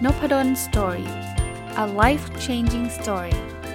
Nopadon Story. A life-changing story.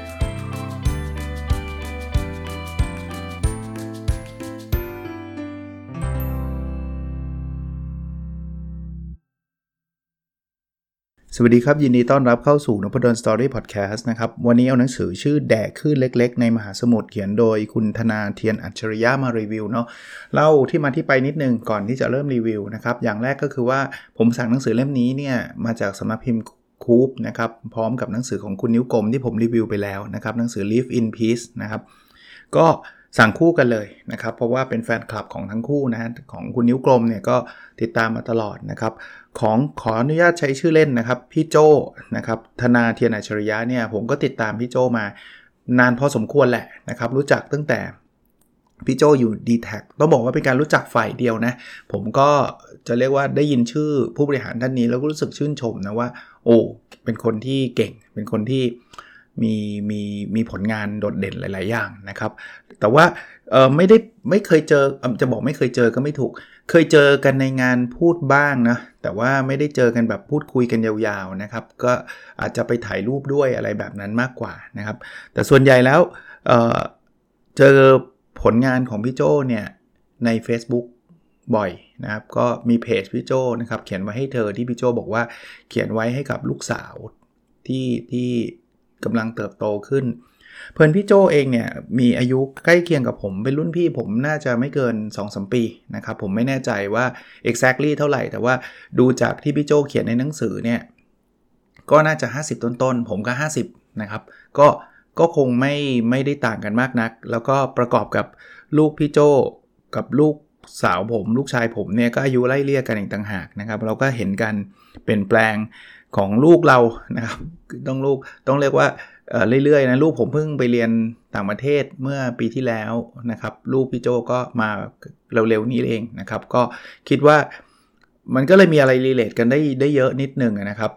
สวัสดีครับยินดีต้อนรับเข้าสู่ Nopadon Story Podcast นะครับวันนี้เอาหนังสือชื่อแดกคลื่นเล็กๆในมหาสมุทรเขียนโดยคุณธนาเทียนอัจฉริยะมารีวิวเนาะเล่าที่มาที่ไปนิดนึงก่อนที่จะเริ่มรีวิวนะครับอย่างแรกก็คือว่าผมสั่งหนังสือเล่มนี้เนี่ยมาจากสำนักพิมพ์คูปนะครับพร้อมกับหนังสือของคุณนิ้วกลมที่ผมรีวิวไปแล้วนะครับหนังสือ Live in Peace นะครับก็สั่งคู่กันเลยนะครับเพราะว่าเป็นแฟนคลับของทั้งคู่นะของคุณนิ้วกลมเนี่ยก็ติดตามมาตลอดนะครับขออนุญาตใช้ชื่อเล่นนะครับพี่โจนะครับธนาเทียนอัจฉริยะเนี่ยผมก็ติดตามพี่โจมานานพอสมควรแหละนะครับรู้จักตั้งแต่พี่โจอยู่ D-Tag ต้องบอกว่าเป็นการรู้จักฝ่ายเดียวนะผมก็จะเรียกว่าได้ยินชื่อผู้บริหารท่านนี้แล้วก็รู้สึกชื่นชมนะว่าโอ้เป็นคนที่เก่งเป็นคนที่มีผลงานโดดเด่นหลายๆอย่างนะครับแต่ว่าไม่เคยเจอจะบอกไม่เคยเจอก็ไม่ถูกเคยเจอกันในงานพูดบ้างนะแต่ว่าไม่ได้เจอกันแบบพูดคุยกันยาวๆนะครับก็อาจจะไปถ่ายรูปด้วยอะไรแบบนั้นมากกว่านะครับแต่ส่วนใหญ่แล้วเจอผลงานของพี่โจ้เนี่ยใน Facebook บ่อยนะครับก็มีเพจพี่โจ้นะครับเขียนไว้ให้เธอที่พี่โจ้บอกว่าเขียนไว้ให้กับลูกสาวที่กำลังเติบโตขึ้นเพื่อนพี่โจเองเนี่ยมีอายุใกล้เคียงกับผมเป็นรุ่นพี่ผมน่าจะไม่เกิน 2-3 ปีนะครับผมไม่แน่ใจว่า exactly เท่าไหร่แต่ว่าดูจากที่พี่โจเขียนในหนังสือเนี่ยก็น่าจะ50ต้นๆผมก็50นะครับก็คงไม่ได้ต่างกันมากนักแล้วก็ประกอบกับลูกพี่โจกับลูกสาวผมลูกชายผมเนี่ยก็อายุไล่เลี่ยกันอีกต่างหากนะครับเราก็เห็นกันเปลี่ยนแปลงของลูกเรานะครับต้องเรียกว่าเรื่อยๆนะลูกผมเพิ่งไปเรียนต่างประเทศเมื่อปีที่แล้วนะครับลูกพี่โจก็มาเร็วๆนี้เองนะครับก็คิดว่ามันก็เลยมีอะไรรีเลทกันได้เยอะนิดนึงนะครับ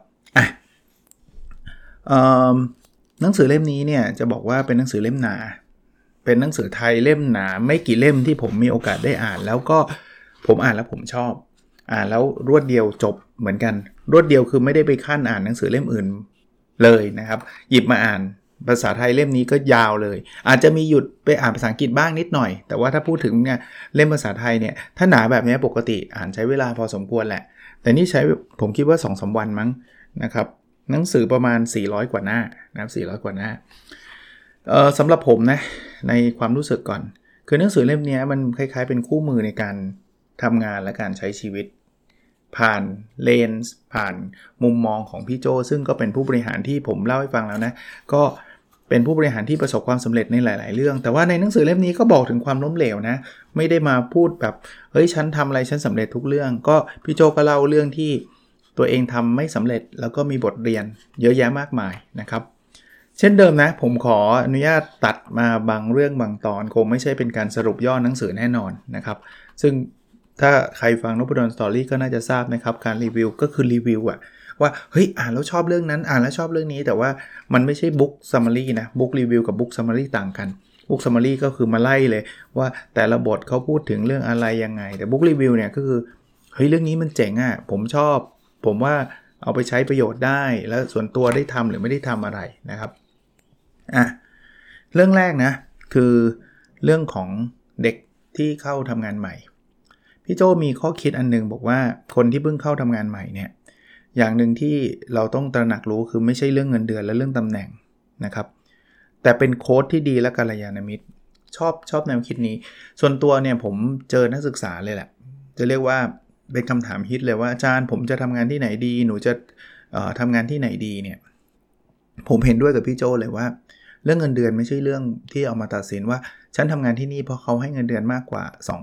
หนังสือเล่มนี้เนี่ยจะบอกว่าเป็นหนังสือเล่มหนาเป็นหนังสือไทยเล่มหนาไม่กี่เล่มที่ผมมีโอกาสได้อ่านแล้วก็ผมอ่านแล้วผมชอบแล้วรวดเดียวจบเหมือนกันรวดเดียวคือไม่ได้ไปขั้นอ่านหนังสือเล่มอื่นเลยนะครับหยิบมาอ่านภาษาไทยเล่มนี้ก็ยาวเลยอาจจะมีหยุดไปอ่านภาษาอังกฤษบ้างนิดหน่อยแต่ว่าถ้าพูดถึงเนี่ยเล่มภาษาไทยเนี่ยถ้าหนาแบบนี้ปกติอ่านใช้เวลาพอสมควรแหละแต่นี่ใช้ผมคิดว่า 2-3 วันมั้งนะครับหนังสือประมาณ400กว่าหน้านะครับ400กว่าหน้าสำหรับผมนะในความรู้สึกก่อนคือหนังสือเล่มนี้มันคล้ายๆเป็นคู่มือในการทำงานและการใช้ชีวิตผ่านเลนส์ผ่านมุมมองของพี่โจซึ่งก็เป็นผู้บริหารที่ผมเล่าให้ฟังแล้วนะก็เป็นผู้บริหารที่ประสบความสำเร็จในหลายๆเรื่องแต่ว่าในหนังสือเล่มนี้ก็บอกถึงความล้มเหลวนะไม่ได้มาพูดแบบเฮ้ยฉันทำอะไรฉันสำเร็จทุกเรื่องก็พี่โจก็เล่าเรื่องที่ตัวเองทำไม่สำเร็จแล้วก็มีบทเรียนเยอะแยะมากมายนะครับเช่นเดิมนะผมขออนุญาตตัดมาบางเรื่องบางตอนคงไม่ใช่เป็นการสรุปย่อหนังสือแน่นอนนะครับซึ่งถ้าใครฟัง Nopadon Story ก็น่าจะทราบนะครับการรีวิวก็คือรีวิวว่าเฮ้ยอ่านแล้วชอบเรื่องนั้นอ่านแล้วชอบเรื่องนี้แต่ว่ามันไม่ใช่ book summary นะ book review กับ book summary ต่างกัน book summary ก็คือมาไล่เลยว่าแต่ละบทเขาพูดถึงเรื่องอะไรยังไงแต่ book review เนี่ยก็คือเฮ้ยเรื่องนี้มันเจ๋งผมชอบผมว่าเอาไปใช้ประโยชน์ได้แล้วส่วนตัวได้ทำหรือไม่ได้ทำอะไรนะครับเรื่องแรกนะคือเรื่องของเด็กที่เข้าทำงานใหม่พี่โจมีข้อคิดอันนึงบอกว่าคนที่เพิ่งเข้าทำงานใหม่เนี่ยอย่างนึงที่เราต้องตระหนักรู้คือไม่ใช่เรื่องเงินเดือนและเรื่องตำแหน่งนะครับแต่เป็นโค้ชที่ดีและกัลยาณมิตรชอบแนวคิดนี้ส่วนตัวเนี่ยผมเจอนักศึกษาเลยแหละจะเรียกว่าเป็นคำถามฮิตเลยว่าอาจารย์ผมจะทำงานที่ไหนดีหนูจะทำงานที่ไหนดีเนี่ยผมเห็นด้วยกับพี่โจเลยว่าเรื่องเงินเดือนไม่ใช่เรื่องที่เอามาตัดสินว่าฉันทำงานที่นี่เพราะเขาให้เงินเดือนมากกว่า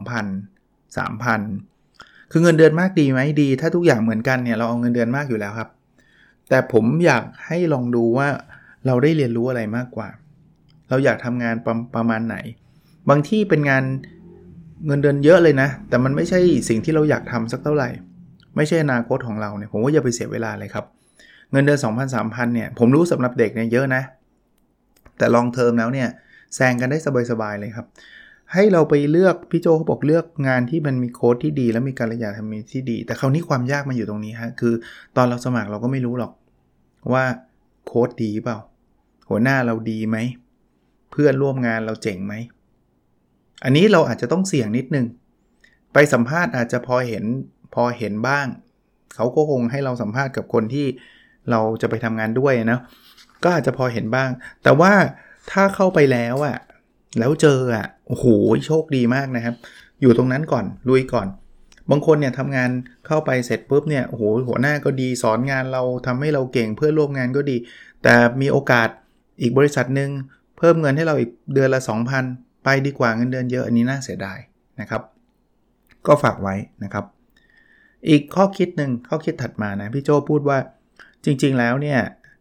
2,000 3,000 คือเงินเดือนมากดีไหมดีถ้าทุกอย่างเหมือนกันเนี่ยเราเอาเงินเดือนมากอยู่แล้วครับแต่ผมอยากให้ลองดูว่าเราได้เรียนรู้อะไรมากกว่าเราอยากทำงานประมาณไหนบางที่เป็นงานเงินเดือนเยอะเลยนะแต่มันไม่ใช่สิ่งที่เราอยากทำสักเท่าไหร่ไม่ใช่อนาคตของเราเนี่ยผมว่าอย่าไปเสียเวลาเลยครับเงินเดือน 2,000 3,000 เนี่ยผมรู้สำหรับเด็กเนี่ยเยอะนะแต่ลองเทอมแล้วเนี่ยแซงกันได้สบายๆเลยครับให้เราไปเลือกพี่โจเขาบอกเลือกงานที่มันมีโค้ดที่ดีและมีการระยะทำมีที่ดีแต่คราวนี้ความยากมันอยู่ตรงนี้ฮะคือตอนเราสมัครเราก็ไม่รู้หรอกว่าโค้ดดีเปล่าหัวหน้าเราดีไหมเพื่อนร่วมงานเราเจ๋งไหมอันนี้เราอาจจะต้องเสี่ยงนิดนึงไปสัมภาษณ์อาจจะพอเห็นบ้างเขาก็คงให้เราสัมภาษณ์กับคนที่เราจะไปทำงานด้วยนะก็อาจจะพอเห็นบ้างแต่ว่าถ้าเข้าไปแล้วอ่ะแล้วเจออ่ะโอ้โหโชคดีมากนะครับอยู่ตรงนั้นก่อนลุยก่อนบางคนเนี่ยทำงานเข้าไปเสร็จปุ๊บเนี่ยโอ้โหหัวหน้าก็ดีสอนงานเราทำให้เราเก่งเพื่อนร่วมงานก็ดีแต่มีโอกาสอีกบริษัทนึงเพิ่มเงินให้เราอีกเดือนละ 2,000 ไปดีกว่าเงินเดือนเยอะอันนี้น่าเสียดายนะครับก็ฝากไว้นะครับอีกข้อคิดถัดมานะพี่โจพูดว่าจริงๆแล้วเนี่ย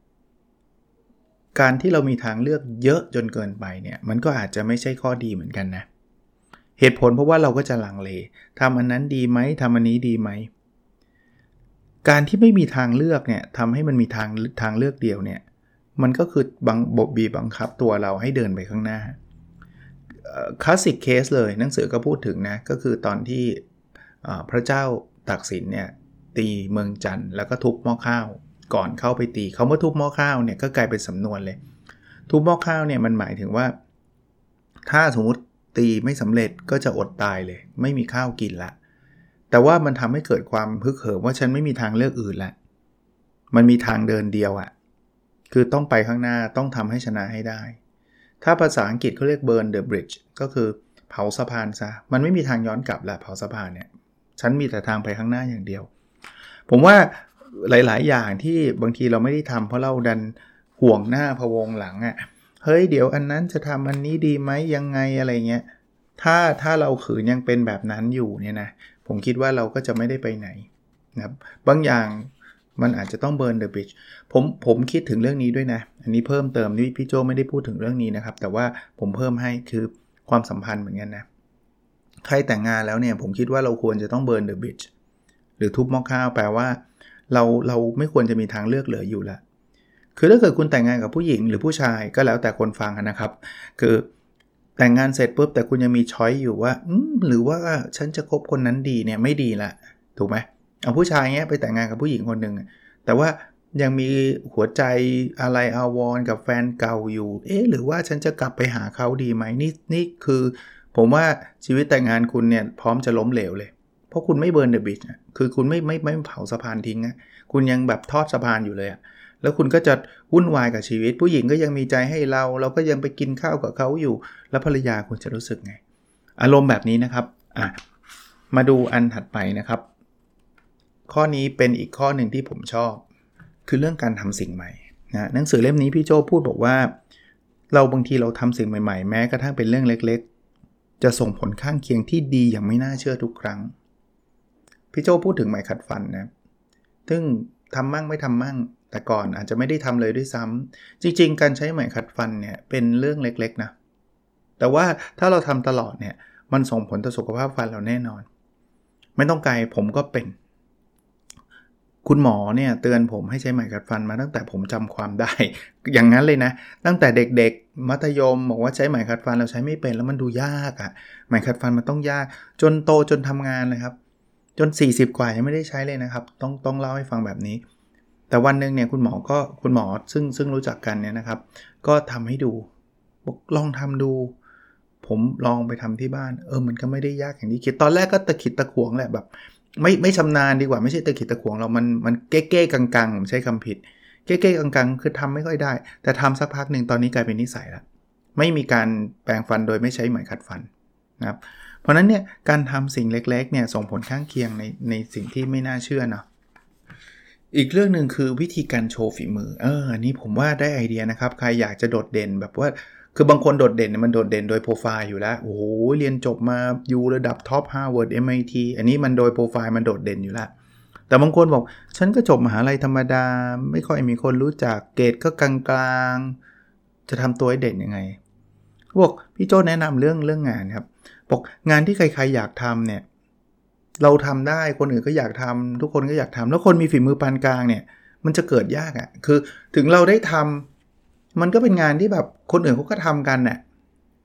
การที่เรามีทางเลือกเยอะจนเกินไปเนี่ยมันก็อาจจะไม่ใช่ข้อดีเหมือนกันนะเหตุผลเพราะว่าเราก็จะลังเลทำอันนั้นดีไหมทำอันนี้ดีไหมการที่ไม่มีทางเลือกเนี่ยทำให้มันมีทางเลือกเดียวเนี่ยมันก็คือบังคับตัวเราให้เดินไปข้างหน้าคลาสสิกเคสเลยหนังสือก็พูดถึงนะก็คือตอนที่พระเจ้าตากสินเนี่ยตีเมืองจันทร์แล้วก็ทุบหม้อข้าวก่อนเข้าไปตีเขาว่าทุบหม้อข้าวเนี่ยก็กลายเป็นสำนวนเลยทุบหม้อข้าวเนี่ยมันหมายถึงว่าถ้าสมมติตีไม่สำเร็จก็จะอดตายเลยไม่มีข้าวกินละแต่ว่ามันทำให้เกิดความฮึกเหิมว่าฉันไม่มีทางเลือกอื่นละมันมีทางเดินเดียวอ่ะคือต้องไปข้างหน้าต้องทำให้ชนะให้ได้ถ้าภาษาอังกฤษเขาเรียก burn the bridge ก็คือเผาสะพานซะมันไม่มีทางย้อนกลับละเผาสะพานเนี่ยฉันมีแต่ทางไปข้างหน้าอย่างเดียวผมว่าหลายๆอย่างที่บางทีเราไม่ได้ทำเพราะเราดันห่วงหน้าพะวงหลังอ่ะเฮ้ยเดี๋ยวอันนั้นจะทำอันนี้ดีไหมยังไงอะไรเงี้ยถ้าเราขืนยังเป็นแบบนั้นอยู่เนี่ยนะผมคิดว่าเราก็จะไม่ได้ไปไหนนะครับบางอย่างมันอาจจะต้อง burn the bridge ผมคิดถึงเรื่องนี้ด้วยนะอันนี้เพิ่มเติมนี่พี่โจไม่ได้พูดถึงเรื่องนี้นะครับแต่ว่าผมเพิ่มให้คือความสัมพันธ์เหมือนกันนะใครแต่งงานแล้วเนี่ยผมคิดว่าเราควรจะต้อง burn the bridge หรือทุบหม้อข้าวแปลว่าเราไม่ควรจะมีทางเลือกเหลืออยู่ละคือถ้าเกิดคุณแต่งงานกับผู้หญิงหรือผู้ชายก็แล้วแต่คนฟังนะครับคือแต่งงานเสร็จปุ๊บแต่คุณยังมีช้อยอยู่ว่าหรือว่าฉันจะคบคนนั้นดีเนี่ยไม่ดีละถูกไหมเอาผู้ชายเงี้ยไปแต่งงานกับผู้หญิงคนหนึ่งแต่ว่ายังมีหัวใจอะไรอาวรกับแฟนเก่าอยู่หรือว่าฉันจะกลับไปหาเขาดีไหมนี่คือผมว่าชีวิตแต่งงานคุณเนี่ยพร้อมจะล้มเหลวเลยเพราะคุณไม่เบิร์นเดอะบริดจ์คือคุณไม่เผาสะพานทิ้งคุณยังแบบทอดสะพานอยู่เลยแล้วคุณก็จะวุ่นวายกับชีวิตผู้หญิงก็ยังมีใจให้เราก็ยังไปกินข้าวกับเขาอยู่แล้วภรรยาคุณจะรู้สึกไงอารมณ์แบบนี้นะครับมาดูอันถัดไปนะครับข้อนี้เป็นอีกข้อหนึ่งที่ผมชอบคือเรื่องการทำสิ่งใหม่นะหนังสือเล่มนี้พี่โจพูดบอกว่าเราบางทีเราทำสิ่งใหม่ๆแม้กระทั่งเป็นเรื่องเล็กๆจะส่งผลข้างเคียงที่ดีอย่างไม่น่าเชื่อทุกครั้งพี่โจพูดถึงไหมขัดฟันนะซึ่งทำมั่งไม่ทำมั่งแต่ก่อนอาจจะไม่ได้ทำเลยด้วยซ้ำจริงๆการใช้ไหมขัดฟันเนี่ยเป็นเรื่องเล็กๆนะแต่ว่าถ้าเราทำตลอดเนี่ยมันส่งผลต่อสุขภาพฟันเราแน่นอนไม่ต้องไกลผมก็เป็นคุณหมอเนี่ยเตือนผมให้ใช้ไหมขัดฟันมาตั้งแต่ผมจำความได้อย่างนั้นเลยนะตั้งแต่เด็กๆมัธยมบอกว่าใช้ไหมขัดฟันเราใช้ไม่เป็นแล้วมันดูยากไหมขัดฟันมันต้องยากจนโตจนทำงานเลยครับจน40กว่ายังไม่ได้ใช้เลยนะครับต้องเล่าให้ฟังแบบนี้แต่วันนึงเนี่ยคุณหมอซึ่งรู้จักกันเนี่ยนะครับก็ทำให้ดูบอกลองทำดูผมลองไปทำที่บ้านมันก็ไม่ได้ยากอย่างที่คิดตอนแรกก็ตะขิดตะขวงแหละแบบไม่ชำนาญดีกว่าไม่ใช่ตะขิดตะขวงเรามันเก้ๆกังๆผมใช้คำผิดเก้ๆกังๆคือทำไม่ค่อยได้แต่ทำสักพักนึงตอนนี้กลายเป็นนิสัยแล้วไม่มีการแปรงฟันโดยไม่ใช้ไหมขัดฟันนะครับเพราะนั้นเนี่ยการทำสิ่งเล็กๆเนี่ยส่งผลข้างเคียงในสิ่งที่ไม่น่าเชื่อเนาะอีกเรื่องนึงคือวิธีการโชว์ฝีมืออันนี้ผมว่าได้ไอเดียนะครับใครอยากจะโดดเด่นแบบว่าคือบางคนโดดเด่นเนี่ยมันโดดเด่นโดยโปรไฟล์อยู่แล้วโอ้โหเรียนจบมาอยู่ระดับท็อป Harvard MIT อันนี้มันโดยโปรไฟล์มันโดดเด่นอยู่แล้วแต่บางคนบอกฉันก็จบมหาลัยธรรมดาไม่ค่อยมีคนรู้จักเกรดก็กลางๆจะทำตัวให้เด่นยังไงบอกพี่โจ้แนะนำเรื่องงานครับบอกงานที่ใครๆอยากทำเนี่ยเราทำได้คนอื่นก็อยากทำทุกคนก็อยากทำแล้วคนมีฝีมือปานกลางเนี่ยมันจะเกิดยากคือถึงเราได้ทำมันก็เป็นงานที่แบบคนอื่นเขาก็ทำกันน่ะพ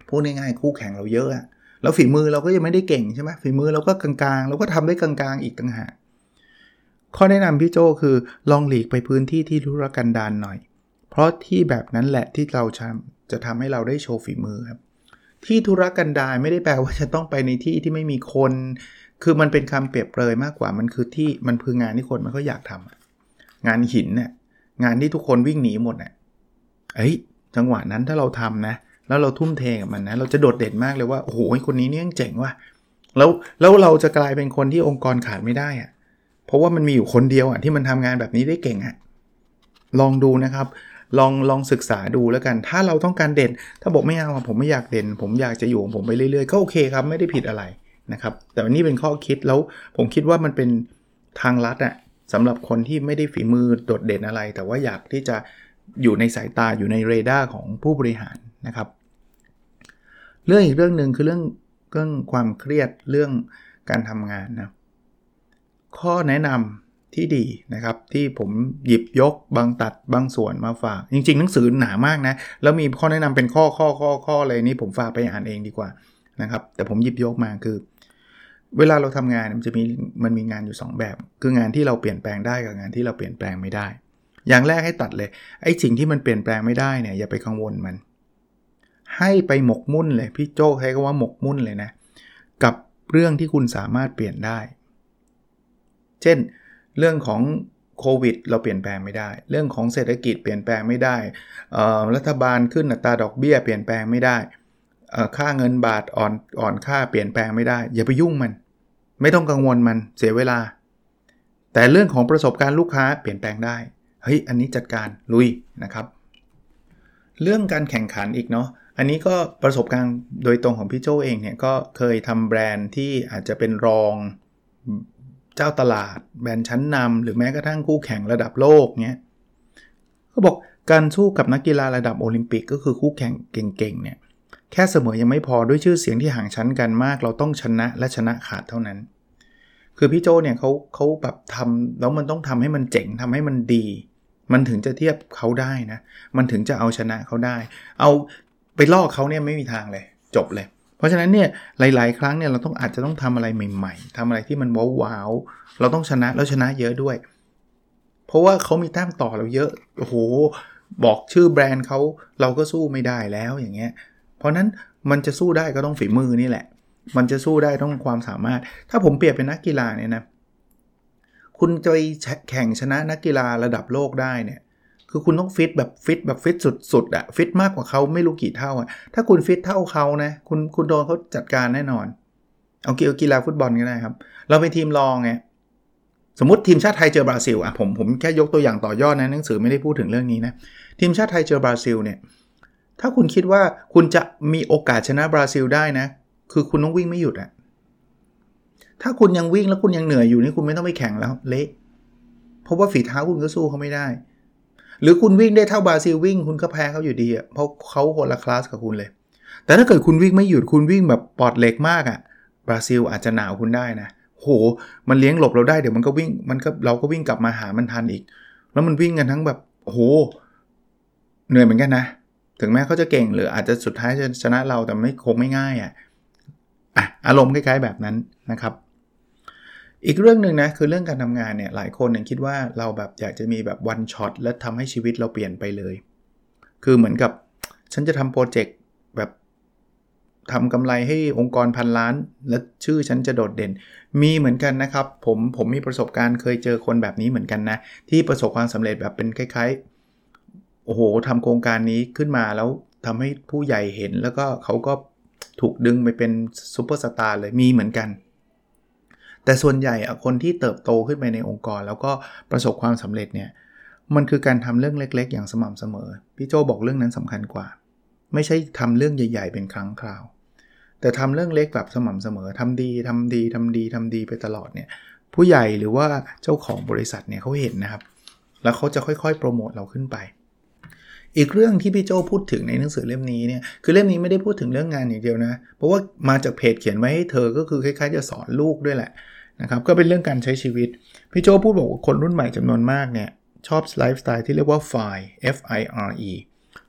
พูดง่ายๆคู่แข่งเราเยอะอะแล้วฝีมือเราก็ยังไม่ได้เก่งใช่ไหมฝีมือเราก็กลางๆเราก็ทำได้กลางๆอีกต่างหากข้อแนะนำพี่โจคือลองหลีกไปพื้นที่ที่ทุรกันดารหน่อยเพราะที่แบบนั้นแหละที่เราจะทำให้เราได้โชว์ฝีมือครับที่ทุรกันดารไม่ได้แปลว่าจะต้องไปในที่ที่ไม่มีคนคือมันเป็นคำเปรียบเปรยมากกว่ามันคืองานที่คนมันก็อยากทำงานหินเนี่ยงานที่ทุกคนวิ่งหนีหมดเนี่ยจังหวะนั้นถ้าเราทำนะแล้วเราทุ่มเทกับมันนะเราจะโดดเด่นมากเลยว่าโอ้โหคนนี้เนี่ยเจ๋งว่ะแล้วเราจะกลายเป็นคนที่องค์กรขาดไม่ได้อะเพราะว่ามันมีอยู่คนเดียวอ่ะที่มันทำงานแบบนี้ได้เก่งอ่ะลองดูนะครับลองศึกษาดูแล้วกันถ้าเราต้องการเด่นถ้าบอกไม่เอาผมไม่อยากเด่นผมอยากจะอยู่ของผมไปเรื่อยๆก็โอเคครับไม่ได้ผิดอะไรนะครับแต่วันนี้เป็นข้อคิดแล้วผมคิดว่ามันเป็นทางลัดอ่ะสำหรับคนที่ไม่ได้ฝีมือโดดเด่นอะไรแต่ว่าอยากที่จะอยู่ในสายตาอยู่ในเรดาร์ของผู้บริหารนะครับเรื่องอีกเรื่องนึงคือเรื่องความเครียดเรื่องการทำงานนะข้อแนะนำที่ดีนะครับที่ผมหยิบยกบางส่วนมาฝากจริงๆหนังสือหนามากนะแล้วมีข้อแนะนำเป็นข้อเลยนี่ผมฝากไปอ่านเองดีกว่านะครับแต่ผมหยิบยกมาคือเวลาเราทำงานมันมีงานอยู่2แบบคืองานที่เราเปลี่ยนแปลงได้กับงานที่เราเปลี่ยนแปลงไม่ได้อย่างแรกให้ตัดเลยไอ้สิ่งที่มันเปลี่ยนแปลงไม่ได้เนี่ยอย่าไปกังวลมันให้ไปหมกมุ่นเลยพี่โจ้ใช้คำว่าหมกมุ่นเลยนะกับเรื่องที่คุณสามารถเปลี่ยนได้เช่นเรื่องของโควิดเราเปลี่ยนแปลงไม่ได้เรื่องของเศรษฐกิจเปลี่ยนแปลงไม่ได้รัฐบาลขึ้นอัตราดอกเบี้ยเปลี่ยนแปลงไม่ได้ค่าเงินบาทอ่อนค่าเปลี่ยนแปลงไม่ได้อย่าไปยุ่งมันไม่ต้องกังวลมันเสียเวลาแต่เรื่องของประสบการณ์ลูกค้าเปลี่ยนแปลงได้อันนี้จัดการลุยนะครับเรื่องการแข่งขันอีกเนาะอันนี้ก็ประสบการณ์โดยตรงของพี่โจ้เองเนี่ยก็เคยทำแบรนด์ที่อาจจะเป็นรองเจ้าตลาดแบรนด์ชั้นนำหรือแม้กระทั่งคู่แข่งระดับโลกเนี้ยเขาบอกการสู้กับนักกีฬาระดับโอลิมปิกก็คือคู่แข่งเก่งๆเนี่ยแค่เสมอยังไม่พอด้วยชื่อเสียงที่ห่างชั้นกันมากเราต้องชนะและชนะขาดเท่านั้นคือพี่โจ้เนี่ยเขาแบบทำแล้วมันต้องทำให้มันเจ๋งทำให้มันดีมันถึงจะเทียบเขาได้นะมันถึงจะเอาชนะเขาได้เอาไปลอกเขาเนี่ยไม่มีทางเลยจบเลยเพราะฉะนั้นเนี่ยหลายๆครั้งเนี่ยเราอาจจะต้องทำอะไรใหม่ๆทำอะไรที่มันว้าวๆเราต้องชนะแล้วชนะเยอะด้วยเพราะว่าเขามีแต้มต่อเราเยอะโอ้โหบอกชื่อแบรนด์เขาเราก็สู้ไม่ได้แล้วอย่างเงี้ยเพราะนั้นมันจะสู้ได้ก็ต้องฝีมือนี่แหละมันจะสู้ได้ต้องความสามารถถ้าผมเปรียบเป็นนักกีฬาเนี่ยนะคุณจะไปแข่งชนะนักกีฬาระดับโลกได้เนี่ยคือคุณต้องฟิตสุดๆอะฟิตมากกว่าเขาไม่รู้กี่เท่าอะถ้าคุณฟิตเท่าเขานะคุณโดนเขาจัดการแน่นอนเอากีฬาฟุตบอลก็ได้ครับเราเป็นทีมรองไงสมมติทีมชาติไทยเจอบราซิลอะผมแค่ยกตัวอย่างต่อยอดนะหนังสือไม่ได้พูดถึงเรื่องนี้นะทีมชาติไทยเจอบราซิลเนี่ยถ้าคุณคิดว่าคุณจะมีโอกาสชนะบราซิลได้นะคือคุณต้องวิ่งไม่หยุดอะถ้าคุณยังวิ่งแล้วคุณยังเหนื่อยอยู่นี่คุณไม่ต้องไปแข่งแล้วเละเพราะว่าฝีเท้าคุณก็สู้เขาไม่ได้หรือคุณวิ่งได้เท่าบราซิลวิ่งคุณก็แพ้เขาอยู่ดีอ่ะเพราะเขาคนละคลาสกับคุณเลยแต่ถ้าเกิดคุณวิ่งไม่หยุดคุณวิ่งแบบปอดเหล็กมากอ่ะบราซิลอาจจะหนาวคุณได้นะโหมันเลี้ยงหลบเราได้เดี๋ยวมันก็วิ่งเราก็วิ่งกลับมาหามันทันอีกแล้วมันวิ่งกันทั้งแบบโหเหนื่อยเหมือนกันนะถึงแม้เขาจะเก่งหรืออาจจะสุดท้ายจะชนะเราแต่คงไม่ง่ายอ่ะอารมณ์คล้ายๆแบบนั้นนะครับอีกเรื่องนึงนะคือเรื่องการทำงานเนี่ยหลายคนคิดว่าเราแบบอยากจะมีแบบ one shot และทำให้ชีวิตเราเปลี่ยนไปเลยคือเหมือนกับฉันจะทำโปรเจกต์แบบทำกำไรให้องค์กรพันล้านและชื่อฉันจะโดดเด่นมีเหมือนกันนะครับผมมีประสบการณ์เคยเจอคนแบบนี้เหมือนกันนะที่ประสบความสำเร็จแบบเป็นคล้ายๆโอ้โหทำโครงการนี้ขึ้นมาแล้วทำให้ผู้ใหญ่เห็นแล้วก็เขาก็ถูกดึงไปเป็นซุปเปอร์สตาร์เลยมีเหมือนกันแต่ส่วนใหญ่คนที่เติบโตขึ้นไปในองค์กรแล้วก็ประสบความสำเร็จเนี่ยมันคือการทำเรื่องเล็กๆอย่างสม่ำเสมอพี่โจบอกเรื่องนั้นสำคัญกว่าไม่ใช่ทำเรื่องใหญ่ๆเป็นครั้งคราวแต่ทำเรื่องเล็กแบบสม่ำเสมอทำดีไปตลอดเนี่ยผู้ใหญ่หรือว่าเจ้าของบริษัทเนี่ยเขาเห็นนะครับแล้วเขาจะค่อยๆโปรโมทเราขึ้นไปอีกเรื่องที่พี่โจพูดถึงในหนังสือเล่มนี้เนี่ยคือเล่มนี้ไม่ได้พูดถึงเรื่องงานอย่างเดียวนะเพราะว่ามาจากเพจเขียนไว้ให้เธอก็คือคล้ายๆจะสอนลูกด้วยแหละนะครับก็เป็นเรื่องการใช้ชีวิตพี่โจพูดบอกว่าคนรุ่นใหม่จำนวนมากเนี่ยชอบไลฟ์สไตล์ที่เรียกว่า FIRE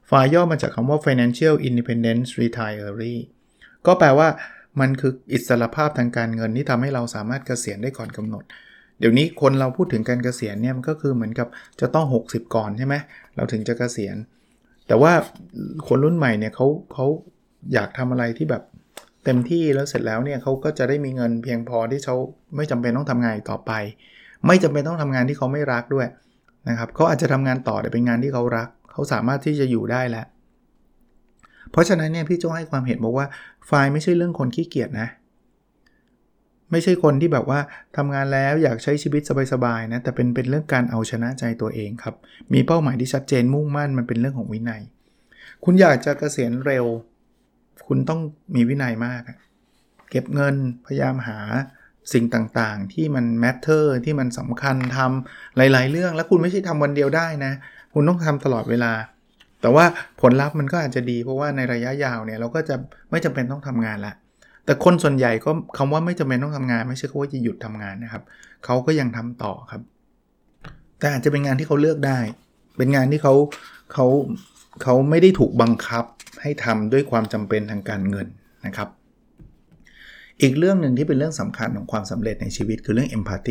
FI ย่อมาจากคำว่า Financial Independence Retiree ก็แปลว่ามันคืออิสรภาพทางการเงินที่ทำให้เราสามารถเกษียณได้ก่อนกำหนดเดี๋ยวนี้คนเราพูดถึงการเกษียณเนี่ยมันก็คือเหมือนกับจะต้อง60ก่อนใช่ไหมเราถึงจะเกษียณแต่ว่าคนรุ่นใหม่เนี่ยเขาอยากทำอะไรที่แบบเต็มที่แล้วเสร็จแล้วเนี่ยเขาก็จะได้มีเงินเพียงพอที่เขาไม่จำเป็นต้องทำงานต่อไปไม่จำเป็นต้องทำงานที่เขาไม่รักด้วยนะครับเขาอาจจะทำงานต่อแต่เป็นงานที่เขารักเขาสามารถที่จะอยู่ได้แล้วเพราะฉะนั้นเนี่ยพี่โจ้ให้ความเห็นบอกว่าFIไม่ใช่เรื่องคนขี้เกียจนะไม่ใช่คนที่แบบว่าทำงานแล้วอยากใช้ชีวิตสบายๆนะแต่เป็นเรื่องการเอาชนะใจตัวเองครับมีเป้าหมายที่ชัดเจนมุ่งมั่นมันเป็นเรื่องของวินัยคุณอยากจะเกษียณเร็วคุณต้องมีวินัยมากเก็บเงินพยายามหาสิ่งต่างๆที่มัน matter ที่มันสำคัญทำหลายๆเรื่องแล้วคุณไม่ใช่ทำวันเดียวได้นะคุณต้องทำตลอดเวลาแต่ว่าผลลัพธ์มันก็อาจจะดีเพราะว่าในระยะยาวเนี่ยเราก็จะไม่จำเป็นต้องทำงานละแต่คนส่วนใหญ่ก็คำว่าไม่จำเป็นต้องทำงานไม่ใช่ว่าจะหยุดทำงานนะครับเขาก็ยังทำต่อครับแต่อาจจะเป็นงานที่เขาเลือกได้เป็นงานที่เขาไม่ได้ถูกบังคับให้ทำด้วยความจำเป็นทางการเงินนะครับอีกเรื่องหนึ่งที่เป็นเรื่องสำคัญของความสำเร็จในชีวิตคือเรื่อง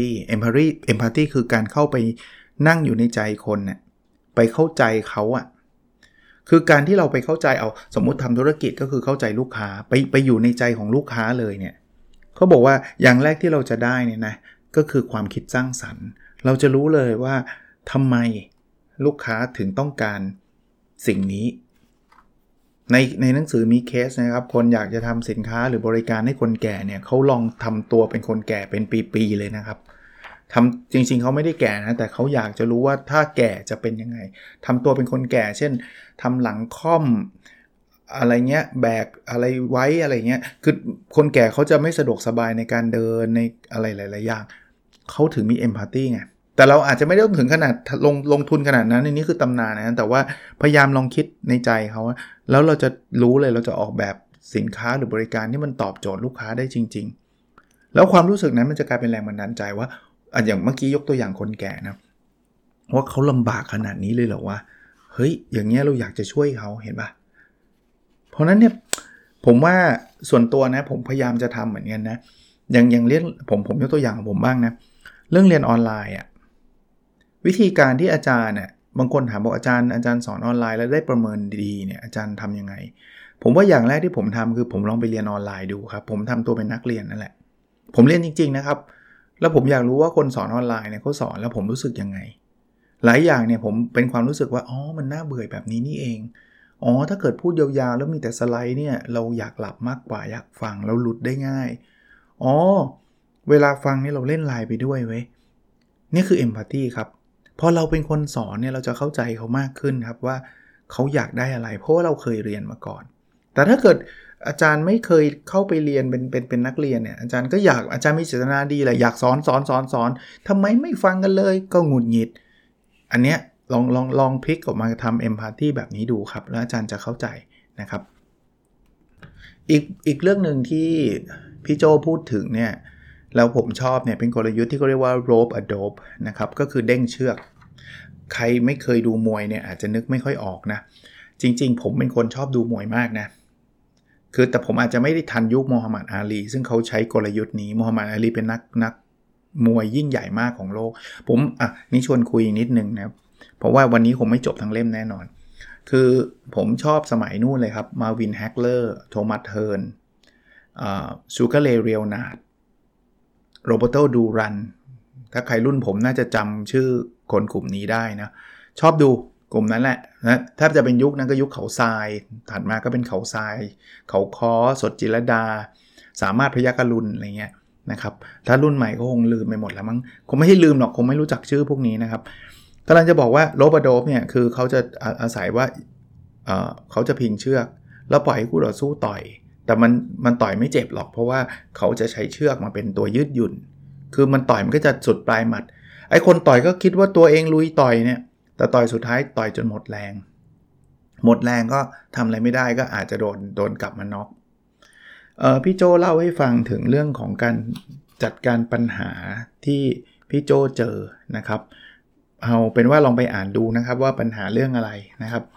empathy คือการเข้าไปนั่งอยู่ในใจคนเนี่ยไปเข้าใจเขาอ่ะคือการที่เราไปเข้าใจเอาสมมุติทำธุรกิจก็คือเข้าใจลูกค้าไปอยู่ในใจของลูกค้าเลยเนี่ยเขาบอกว่าอย่างแรกที่เราจะได้เนี่ยนะก็คือความคิดสร้างสรรค์เราจะรู้เลยว่าทำไมลูกค้าถึงต้องการสิ่งนี้ในหนังสือมีเคสนะครับคนอยากจะทำสินค้าหรือบริการให้คนแก่เนี่ยเขาลองทำตัวเป็นคนแก่เป็นปีๆเลยนะครับทำจริงๆเขาไม่ได้แก่นะแต่เขาอยากจะรู้ว่าถ้าแก่จะเป็นยังไงทำตัวเป็นคนแก่เช่นทำหลังค่อมอะไรเงี้ยแบกอะไรไว้อะไรเงี้ยคือคนแก่เขาจะไม่สะดวกสบายในการเดินในอะไรหลายๆอย่างเขาถึงมี empathy ไงแต่เราอาจจะไม่ได้ถึงขนาดลงทุนขนาดนั้นนี่คือตำนานนะแต่ว่าพยายามลองคิดในใจเขาแล้วเราจะรู้เลยเราจะออกแบบสินค้าหรือบริการที่มันตอบโจทย์ลูกค้าได้จริงๆแล้วความรู้สึกนั้นมันจะกลายเป็นแรงบันดาลใจว่าอย่างเมื่อกี้ยกตัวอย่างคนแก่นะว่าเขาลำบากขนาดนี้เลยเหรอวะเฮ้ยอย่างเงี้ยเราอยากจะช่วยเขาเห็นป่ะเพราะนั้นเนี่ยผมว่าส่วนตัวนะผมพยายามจะทำเหมือนกันนะอย่างเรื่องผมยกตัวอย่างของผมบ้างนะเรื่องเรียนออนไลน์อ่ะวิธีการที่อาจารย์เนี่ยบางคนถามบอกอาจารย์สอนออนไลน์แล้วได้ประเมินดีเนี่ยอาจารย์ทำยังไงผมว่าอย่างแรกที่ผมทำคือผมลองไปเรียนออนไลน์ดูครับผมทำตัวเป็นนักเรียนนั่นแหละผมเรียนจริงๆนะครับแล้วผมอยากรู้ว่าคนสอนออนไลน์เนี่ยเขาสอนแล้วผมรู้สึกยังไงหลายอย่างเนี่ยผมเป็นความรู้สึกว่าอ๋อมันน่าเบื่อแบบนี้นี่เองอ๋อถ้าเกิดพูดยาวๆแล้วมีแต่สไลด์เนี่ยเราอยากหลับมากกว่าอยากฟังเราหลุดได้ง่ายอ๋อเวลาฟังนี่เราเล่นไลน์ไปด้วยเว้ยนี่คือ empathy ครับพอเราเป็นคนสอนเนี่ยเราจะเข้าใจเขามากขึ้นครับว่าเขาอยากได้อะไรเพราะว่าเราเคยเรียนมาก่อนแต่ถ้าเกิดอาจารย์ไม่เคยเข้าไปเรียนเป็นนักเรียนเนี่ยอาจารย์ก็อยากอาจารย์มีเจตนาดีแหละอยากสอนทำไมไม่ฟังกันเลยก็หงุดหงิดอันเนี้ยลองพลิกออกมาทำ empathy แบบนี้ดูครับแล้วอาจารย์จะเข้าใจนะครับอีกเรื่องนึงที่พี่โจพูดถึงเนี่ยแล้วผมชอบเนี่ยเป็นกลยุทธ์ที่เขาเรียกว่า rope a dope นะครับก็คือเด้งเชือกใครไม่เคยดูมวยเนี่ยอาจจะนึกไม่ค่อยออกนะจริงๆผมเป็นคนชอบดูมวยมากนะคือแต่ผมอาจจะไม่ได้ทันยุคโมฮัมหมัดอาลีซึ่งเขาใช้กลยุทธ์นี้โมฮัมหมัดอาลีเป็นนักมวยยิ่งใหญ่มากของโลกผมนี่ชวนคุยนิดนึงนะเพราะว่าวันนี้คงไม่จบทั้งเล่มแน่นอนคือผมชอบสมัยนู่นเลยครับมาวินแฮกเลอร์โทมัสเฮิร์นซูการ์เลเรียลนาร์ดโรเบโตดูรันถ้าใครรุ่นผมน่าจะจำชื่อคนกลุ่มนี้ได้นะชอบดูกลุ่มนั้นแหละนะถ้าจะเป็นยุคนั้นก็ยุคเขาทรายถัดมาก็เป็นเขาทรายเขาค้อสดจิรดาสามารถพยัคฆรุณอะไรเงี้ยนะครับถ้ารุ่นใหม่ก็คงลืมไปหมดแล้วมั้งคงไม่ให้ลืมหรอกคงไม่รู้จักชื่อพวกนี้นะครับกำลังจะบอกว่าโรบาโดฟเนี่ยคือเขาจะอาศัยว่าเขาจะพิงเชือกแล้วปล่อยให้คู่ต่อสู้ต่อยแต่มันต่อยไม่เจ็บหรอกเพราะว่าเขาจะใช้เชือกมาเป็นตัวยืดหยุ่นคือมันต่อยมันก็จะสุดปลายหมัดไอ้คนต่อยก็คิดว่าตัวเองลุยต่อยเนี่ยแต่ต่อยสุดท้ายต่อยจนหมดแรงก็ทำอะไรไม่ได้ก็อาจจะโดนกลับมาน็อกพี่โจเล่าให้ฟังถึงเรื่องของการจัดการปัญหาที่พี่โจเจอนะครับเอาเป็นว่าลองไปอ่านดูนะครับว่าปัญหาเรื่องอะไรนะครับ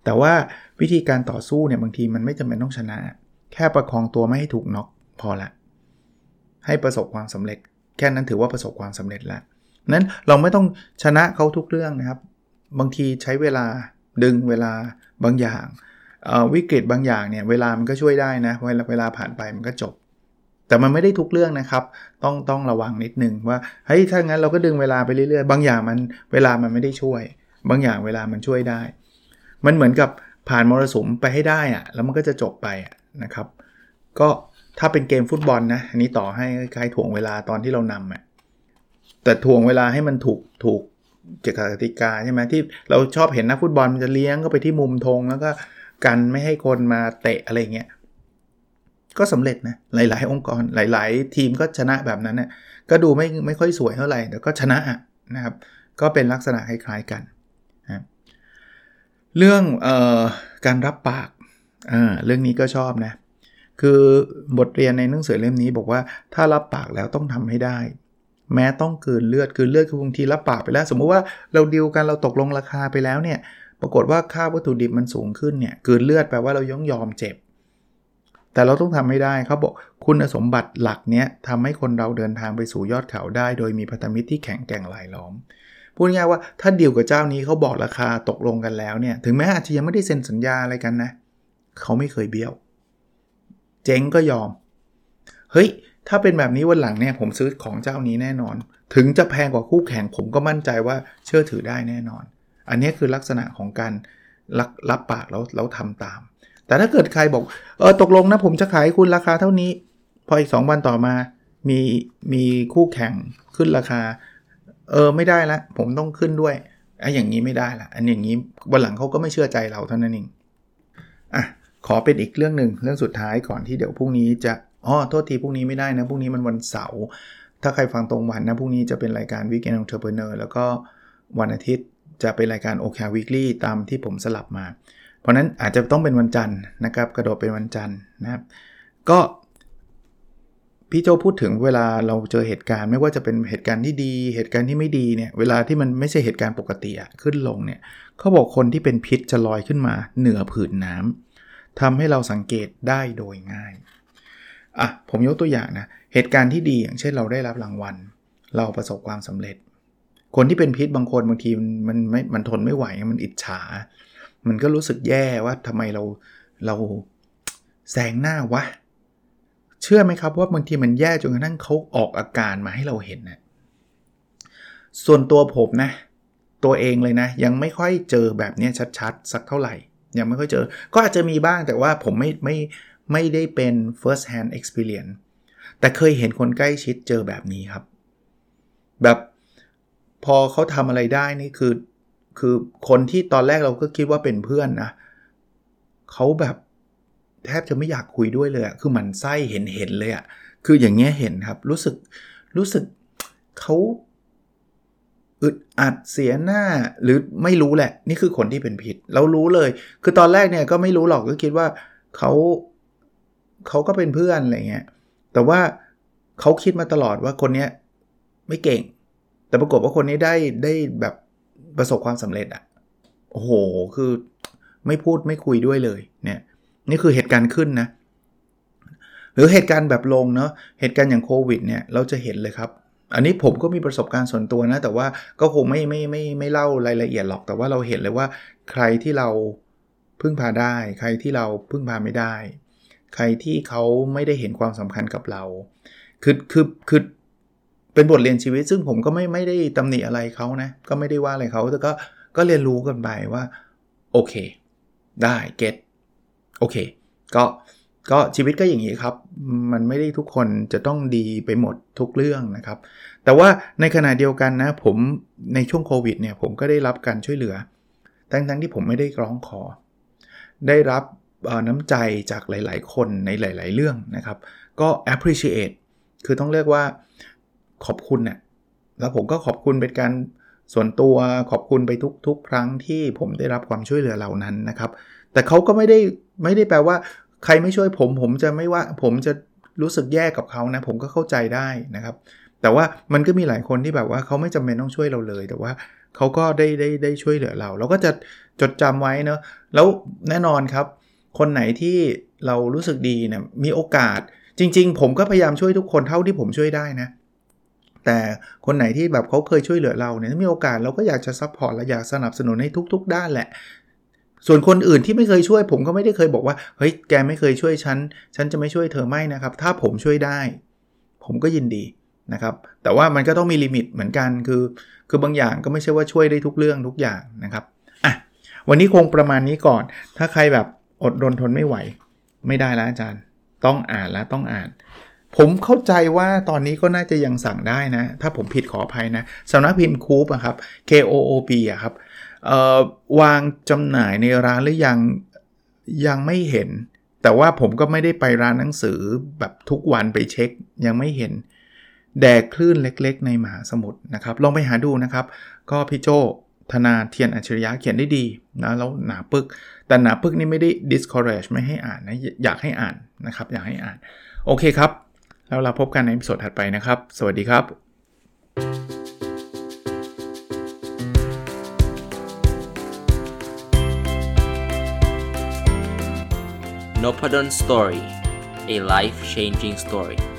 แต่ว่าวิธีการต่อสู้เนี่ยบางทีมันไม่จำเป็นต้องชนะแค่ประคองตัวไม่ให้ถูกน็อกพอละให้ประสบความสำเร็จแค่นั้นถือว่าประสบความสำเร็จแล้วนั้นเราไม่ต้องชนะเขาทุกเรื่องนะครับบางทีใช้เวลาดึงเวลาบางอย่างวิกฤตบางอย่างเนี่ยเวลามันก็ช่วยได้นะเวลาผ่านไปมันก็จบแต่มันไม่ได้ทุกเรื่องนะครับต้องระวังนิดนึงว่าเฮ้ยถ้างั้นเราก็ดึงเวลาไปเรื่อยๆบางอย่างมันเวลามันไม่ได้ช่วยบางอย่างเวลามันช่วยได้มันเหมือนกับผ่านมรสุมไปให้ได้อะแล้วมันก็จะจบไปนะครับก็ถ้าเป็นเกมฟุตบอลนะอันนี้ต่อให้ใครถ่วงเวลาตอนที่เรานำแต่ถ่วงเวลาให้มันถูกกติกาใช่ไหมที่เราชอบเห็นนักฟุตบอลมันจะเลี้ยงก็ไปที่มุมธงแล้วก็กันไม่ให้คนมาเตะอะไรเงี้ยก็สำเร็จนะหลายๆองค์กรหลายๆทีมก็ชนะแบบนั้นเนี่ยก็ดูไม่ค่อยสวยเท่าไหร่แต่ก็ชนะนะครับก็เป็นลักษณะคล้ายๆกันนะเรื่องการรับปากเรื่องนี้ก็ชอบนะคือบทเรียนในหนังสือเล่มนี้บอกว่าถ้ารับปากแล้วต้องทำให้ได้แม้ต้องกลืนเลือดคือบางทีรับปากไปแล้วสมมุติว่าเราดีลกันเราตกลงราคาไปแล้วเนี่ยปรากฏว่าค่าวัตถุดิบมันสูงขึ้นเนี่ยกลืนเลือดแปลว่าเรายอมเจ็บแต่เราต้องทำให้ได้เขาบอกคุณสมบัติหลักเนี้ยทำให้คนเราเดินทางไปสู่ยอดเขาได้โดยมีพันธมิตรที่แข็งแกร่งรายล้อมพูดง่ายๆว่าถ้าดีลกับเจ้านี้เขาบอกราคาตกลงกันแล้วเนี่ยถึงแม้อาจจะยังไม่ได้เซ็นสัญญาอะไรกันนะเขาไม่เคยเบี้ยวเจ๊งก็ยอมเฮ้ยถ้าเป็นแบบนี้วันหลังเนี่ยผมซื้อของเจ้านี้แน่นอนถึงจะแพงกว่าคู่แข่งผมก็มั่นใจว่าเชื่อถือได้แน่นอนอันนี้คือลักษณะของการรับปากแล้วทำตามแต่ถ้าเกิดใครบอกตกลงนะผมจะขายคุณราคาเท่านี้พออีก2วันต่อมามีคู่แข่งขึ้นราคาไม่ได้ละผมต้องขึ้นด้วยอย่างนี้ไม่ได้ละอันอย่างนี้วันหลังเขาก็ไม่เชื่อใจเราเท่านั้นเองขอเป็นอีกเรื่องนึงเรื่องสุดท้ายก่อนที่เดี๋ยวพรุ่งนี้จะโทษทีพรุ่งนี้ไม่ได้นะพรุ่งนี้มันวันเสาร์ถ้าใครฟังตรงวันนะพรุ่งนี้จะเป็นรายการ Weekend Entrepreneur แล้วก็วันอาทิตย์จะเป็นรายการ OKR Weekly ตามที่ผมสลับมาเพราะนั้นอาจจะต้องเป็นวันจันทร์นะครับกระโดดเป็นวันจันทร์นะครับก็พี่โจพูดถึงเวลาเราเจอเหตุการณ์ไม่ว่าจะเป็นเหตุการณ์ที่ดีเหตุการณ์ที่ไม่ดีเนี่ยเวลาที่มันไม่ใช่เหตุการณ์ปกติขึ้นลงเนี่ยเขาบอกคนที่เป็นพิษจะลอยขึ้นมาเหนือผืนน้ำทำให้เราสังเกตได้โดยง่ายผมยกตัวอย่างนะเหตุการณ์ที่ดีอย่างเช่นเราได้รับรางวัลเราประสบความสำเร็จคนที่เป็นพิษบางคนบางทีมันทนไม่ไหวมันอิจฉามันก็รู้สึกแย่ว่าทำไมเราแซงหน้าวะเชื่อไหมครับว่าบางทีมันแย่จนกระทั่งเขาออกอาการมาให้เราเห็นนะส่วนตัวผมนะตัวเองเลยนะยังไม่ค่อยเจอแบบนี้ชัดๆสักเท่าไหร่ยังไม่ค่อยเจอก็อาจจะมีบ้างแต่ว่าผมไม่ได้เป็น first hand experience แต่เคยเห็นคนใกล้ชิดเจอแบบนี้ครับแบบพอเขาทำอะไรได้นี่คือคนที่ตอนแรกเราก็คิดว่าเป็นเพื่อนนะเขาแบบแทบจะไม่อยากคุยด้วยเลยคือหมั่นไส้เห็นเลยคืออย่างเงี้ยเห็นครับรู้สึกเขาอึดอัดเสียหน้าหรือไม่รู้แหละนี่คือคนที่เป็นพิษเรารู้เลยคือตอนแรกเนี่ยก็ไม่รู้หรอกก็คิดว่าเขาก็เป็นเพื่อนอะไรเงี้ยแต่ว่าเขาคิดมาตลอดว่าคนเนี้ยไม่เก่งแต่ปรากฏว่าคนนี้ได้แบบประสบความสำเร็จโอ้โหคือไม่พูดไม่คุยด้วยเลยเนี่ยนี่คือเหตุการณ์ขึ้นนะหรือเหตุการณ์แบบลงเนาะเหตุการณ์อย่างโควิดเนี่ยเราจะเห็นเลยครับอันนี้ผมก็มีประสบการณ์ส่วนตัวนะแต่ว่าก็คงไม่เล่ารายละเอียดหรอกแต่ว่าเราเห็นเลยว่าใครที่เราพึ่งพาได้ใครที่เราพึ่งพาไม่ได้ใครที่เขาไม่ได้เห็นความสำคัญกับเราคือเป็นบทเรียนชีวิตซึ่งผมก็ไม่ได้ตำหนิอะไรเขานะก็ไม่ได้ว่าอะไรเขาแต่ก็เรียนรู้กันไปว่าโอเคได้เก็ตโอเคก็ชีวิตก็อย่างนี้ครับมันไม่ได้ทุกคนจะต้องดีไปหมดทุกเรื่องนะครับแต่ว่าในขณะเดียวกันนะผมในช่วงโควิดเนี่ยผมก็ได้รับการช่วยเหลือทั้งที่ผมไม่ได้ร้องขอได้รับน้ำใจจากหลายๆคนในหลายๆเรื่องนะครับก็ appreciate คือต้องเรียกว่าขอบคุณเนี่ยแล้วผมก็ขอบคุณเป็นการส่วนตัวขอบคุณไปทุกครั้งที่ผมได้รับความช่วยเหลือเหล่านั้นนะครับแต่เขาก็ไม่ได้แปลว่าใครไม่ช่วยผมจะไม่ว่าผมจะรู้สึกแย่กับเขานะผมก็เข้าใจได้นะครับแต่ว่ามันก็มีหลายคนที่แบบว่าเขาไม่จำเป็นต้องช่วยเราเลยแต่ว่าเขาก็ได้ช่วยเหลือเราก็จะจดจำไว้เนอะแล้วแน่นอนครับคนไหนที่เรารู้สึกดีเนี่ยมีโอกาสจริงๆผมก็พยายามช่วยทุกคนเท่าที่ผมช่วยได้นะแต่คนไหนที่แบบเขาเคยช่วยเหลือเราเนี่ยถ้ามีโอกาสเราก็อยากจะซัพพอร์ตและอยากสนับสนุนให้ทุกๆด้านแหละส่วนคนอื่นที่ไม่เคยช่วยผมก็ไม่ได้เคยบอกว่าเฮ้ยแกไม่เคยช่วยฉันจะไม่ช่วยเธอไม่นะครับถ้าผมช่วยได้ผมก็ยินดีนะครับแต่ว่ามันก็ต้องมีลิมิตเหมือนกันคือบางอย่างก็ไม่ใช่ว่าช่วยได้ทุกเรื่องทุกอย่างนะครับอ่ะวันนี้คงประมาณนี้ก่อนถ้าใครแบบอดรนทนไม่ไหวไม่ได้แล้วอาจารย์ต้องอ่านแล้วต้องอ่านผมเข้าใจว่าตอนนี้ก็น่าจะยังสั่งได้นะถ้าผมผิดขออภัยนะสำนักพิมพ์คูปอะครับ KOOP อะครับวางจำหน่ายในร้านหรือยังไม่เห็นแต่ว่าผมก็ไม่ได้ไปร้านหนังสือแบบทุกวันไปเช็คยังไม่เห็นแดกคลื่นเล็กๆในมหาสมุทรนะครับลองไปหาดูนะครับก็พี่โจธนาเทียนอัจฉริยะเขียนได้ดีนะแล้วหนาปึกแต่หนาปึกนี่ไม่ได้ discourage ไม่ให้อ่านนะอยากให้อ่านนะครับอยากให้อ่านโอเคครับแล้วเราพบกันในตอนถัดไปนะครับสวัสดีครับ Nopadon Story, a life-changing story.